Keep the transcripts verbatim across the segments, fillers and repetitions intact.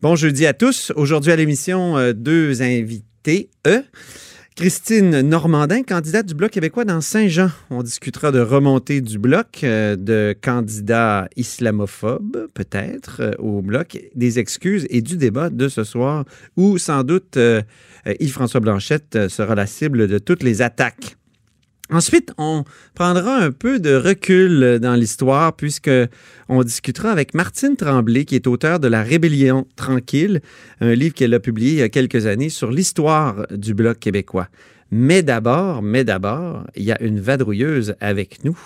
Bon jeudi à tous. Aujourd'hui à l'émission, euh, deux invités. E. Christine Normandin, candidate du Bloc québécois dans Saint-Jean. On discutera de remontée du Bloc, euh, de candidats islamophobes, peut-être, euh, au Bloc, des excuses et du débat de ce soir, où sans doute euh, Yves-François Blanchette euh, sera la cible de toutes les attaques. Ensuite, on prendra un peu de recul dans l'histoire puisque on discutera avec Martine Tremblay, qui est auteure de La Rébellion tranquille, un livre qu'elle a publié il y a quelques années sur l'histoire du Bloc québécois. Mais d'abord, mais d'abord, il y a une vadrouilleuse avec nous.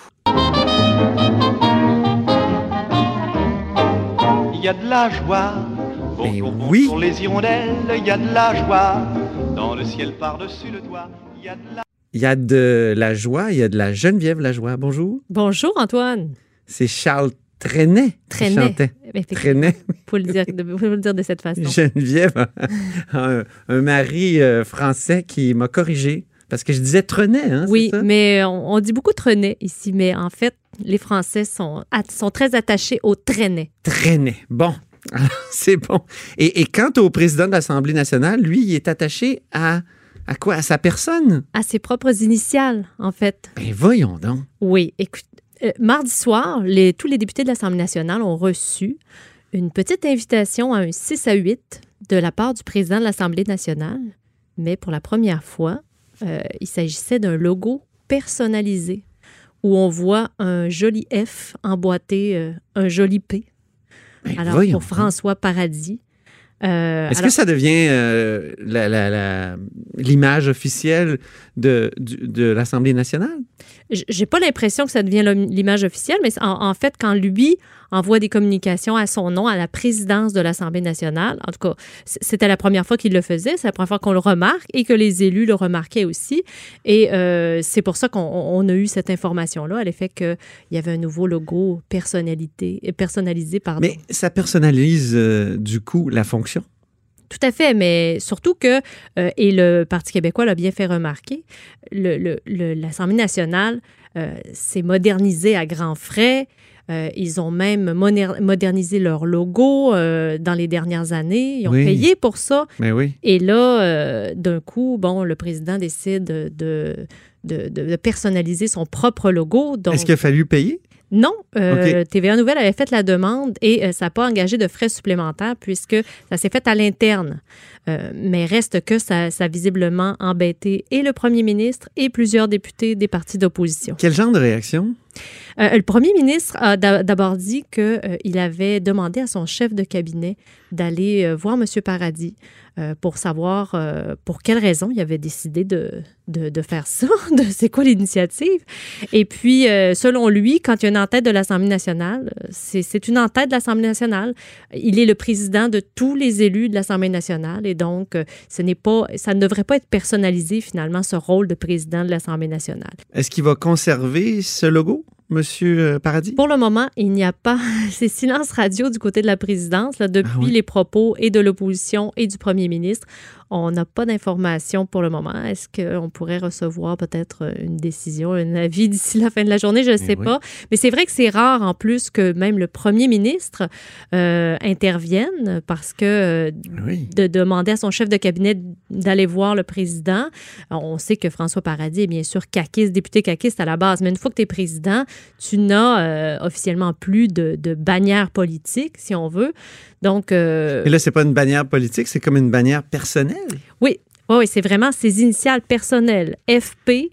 Il y a de la joie pour, Ben pour, pour, oui. pour les hirondelles, il y a de la joie dans le ciel par-dessus le toit, il y a de la... Il y a de la joie, il y a de la Geneviève Lajoie. Bonjour. Bonjour, Antoine. C'est Charles Trenet qui Trenet. chantait. Trenet. Il faut le dire de, faut le dire de cette façon. Geneviève a un, un mari euh, français qui m'a corrigé parce que je disais Trenet, hein, Oui, c'est ça? mais on, on dit beaucoup Trenet ici, mais en fait, les Français sont, sont très attachés au Trenet. Trenet. Bon, alors, c'est bon. Et, et quant au président de l'Assemblée nationale, lui, il est attaché à... À quoi? À sa personne? À ses propres initiales, en fait. Ben voyons donc. Oui, écoute, euh, mardi soir, les, tous les députés de l'Assemblée nationale ont reçu une petite invitation à un six à huit de la part du président de l'Assemblée nationale, mais pour la première fois, euh, il s'agissait d'un logo personnalisé où on voit un joli F emboîté, euh, un joli P. Ben Alors, voyons pour donc. François Paradis. Euh, Est-ce alors, que ça devient euh, la- la- la- l'image officielle de, du- de l'Assemblée nationale? j- j'ai pas l'impression que ça devient le- l'image officielle, mais en, en fait, quand lui envoie des communications à son nom à la présidence de l'Assemblée nationale, en tout cas, c- c'était la première fois qu'il le faisait, c'est la première fois qu'on le remarque et que les élus le remarquaient aussi. Et euh, c'est pour ça qu'on on a eu cette information-là, à l'effet qu'il y avait un nouveau logo personnalité, personnalisé. Pardon. Mais ça personnalise euh, du coup la fonction. Tout à fait, mais surtout que, euh, et le Parti québécois l'a bien fait remarquer, le, le- le- l'Assemblée nationale euh, s'est modernisée à grands frais. Euh, ils ont même moner- modernisé leur logo euh, dans les dernières années. Ils ont Oui. payé pour ça. Mais oui. Et là, euh, d'un coup, bon, le président décide de, de, de- de personnaliser son propre logo. Donc, Est-ce qu'il a fallu payer? non, euh, OK. T V A Nouvelle avait fait la demande et euh, ça n'a pas engagé de frais supplémentaires puisque ça s'est fait à l'interne. Euh, mais reste que ça, ça a visiblement embêté et le premier ministre et plusieurs députés des partis d'opposition. Quel genre de réaction? Euh, le premier ministre a d'a- d'abord dit qu'il avait demandé à son chef de cabinet d'aller euh, voir M. Paradis euh, pour savoir euh, pour quelles raisons il avait décidé de, de, de faire ça, de c'est quoi l'initiative. Et puis, euh, selon lui, quand il y a une entête de l'Assemblée nationale, euh, c'est, c'est une entête de l'Assemblée nationale. Il est le président de tous les élus de l'Assemblée nationale et donc, euh, ce n'est pas, ça ne devrait pas être personnalisé finalement, ce rôle de président de l'Assemblée nationale. Est-ce qu'il va conserver ce logo, Monsieur euh, Paradis? Pour le moment, il n'y a pas... C'est silence radio du côté de la présidence, là, depuis Ah oui? les propos et de l'opposition et du premier ministre. On n'a pas d'informations pour le moment. Est-ce qu'on pourrait recevoir peut-être une décision, un avis d'ici la fin de la journée? Je ne sais oui. pas. Mais c'est vrai que c'est rare en plus que même le premier ministre euh, intervienne parce que euh, Oui. de demander à son chef de cabinet d'aller voir le président. On sait que François Paradis est bien sûr caquiste, député caquiste à la base, mais une fois que tu es président, tu n'as euh, officiellement plus de, de bannière politique, si on veut. Donc... euh, Et là, c'est pas une bannière politique, c'est comme une bannière personnelle. oui, oui, oui, c'est vraiment ses initiales personnelles, F P.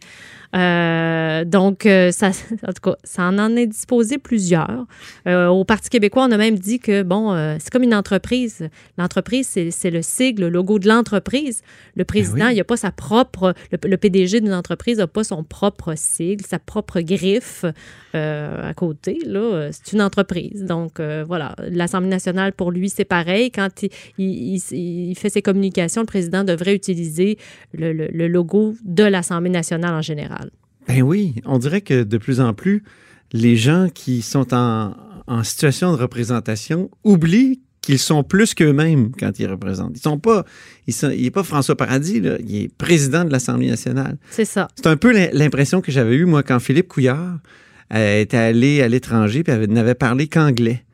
Euh, donc, euh, ça, en tout cas, ça en en est disposé plusieurs. Euh, au Parti québécois, on a même dit que, bon, euh, c'est comme une entreprise. L'entreprise, c'est, c'est le sigle, le logo de l'entreprise. Le président, oui. il n'a pas sa propre... Le, le P D G d'une entreprise n'a pas son propre sigle, sa propre griffe euh, à côté. Là, c'est une entreprise. Donc, euh, voilà. L'Assemblée nationale, pour lui, c'est pareil. Quand il, il, il, il fait ses communications, le président devrait utiliser le, le, le logo de l'Assemblée nationale en général. Ben oui, on dirait que de plus en plus, les gens qui sont en, en situation de représentation oublient qu'ils sont plus qu'eux-mêmes quand ils représentent. Ils sont pas, ils sont, il n'est pas François Paradis, là, il est président de l'Assemblée nationale. C'est ça. C'est un peu l'impression que j'avais eue, moi, quand Philippe Couillard euh, était allé à l'étranger et n'avait parlé qu'anglais.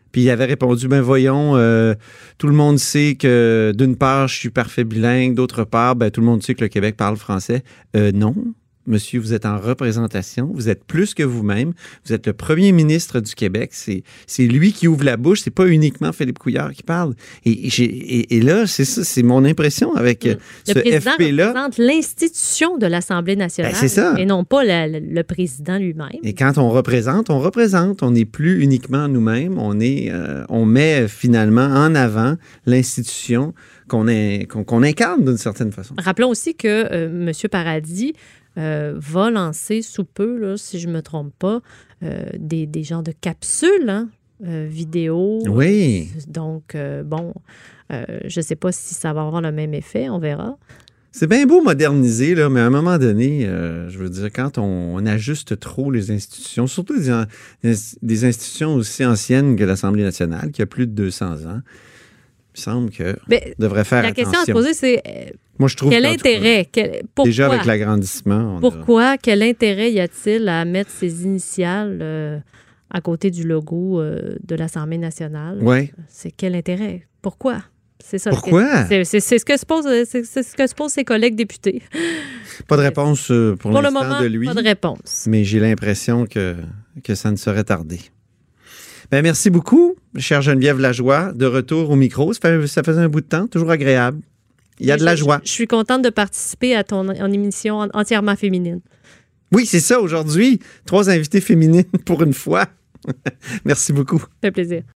Puis il avait répondu, ben voyons, euh, tout le monde sait que d'une part, je suis parfait bilingue, d'autre part, ben, tout le monde sait que le Québec parle français. Euh, non, monsieur, vous êtes en représentation, vous êtes plus que vous-même, vous êtes le premier ministre du Québec, c'est, c'est lui qui ouvre la bouche, c'est pas uniquement Philippe Couillard qui parle. Et, j'ai, et, et là, c'est ça, c'est mon impression avec le ce président F P-là. représente l'institution de l'Assemblée nationale, Ben, c'est ça. et non pas la- la- le président lui-même. Et quand on représente, on représente. On n'est plus uniquement nous-mêmes. On est, euh, on met finalement en avant l'institution qu'on, est, qu'on, qu'on incarne d'une certaine façon. Rappelons aussi que euh, M. Paradis euh, va lancer sous peu, là, si je ne me trompe pas, euh, des, des genres de capsules hein, euh, vidéo. Oui. Donc, euh, bon, euh, je ne sais pas si ça va avoir le même effet, on verra. C'est bien beau moderniser, là, mais à un moment donné, euh, je veux dire, quand on, on ajuste trop les institutions, surtout des, des institutions aussi anciennes que l'Assemblée nationale, qui a plus de deux cents ans, il me semble que Mais devrait faire la attention. question à se poser, c'est euh, Moi, je trouve quel qu'en tout cas, intérêt? Quel, pourquoi, déjà avec l'agrandissement. on a- pourquoi? Quel intérêt y a-t-il à mettre ses initiales euh, à côté du logo euh, de l'Assemblée nationale? Oui. C'est quel intérêt? Pourquoi? C'est ça. Pourquoi? C'est, c'est, c'est ce que se posent, c'est, c'est ce que se posent ses collègues députés. Pas de réponse euh, pour, Pour le l'instant moment, de lui. pas de réponse. Mais j'ai l'impression que, que ça ne serait tardé. Ben, merci beaucoup, chère Geneviève Lajoie, de retour au micro. Ça, fait, ça faisait un bout de temps, toujours agréable. Il y a de la Je- joie. Je, je suis contente de participer à ton en émission entièrement féminine. Oui, c'est ça aujourd'hui. Trois invités féminines pour une fois. Merci beaucoup. Ça fait plaisir.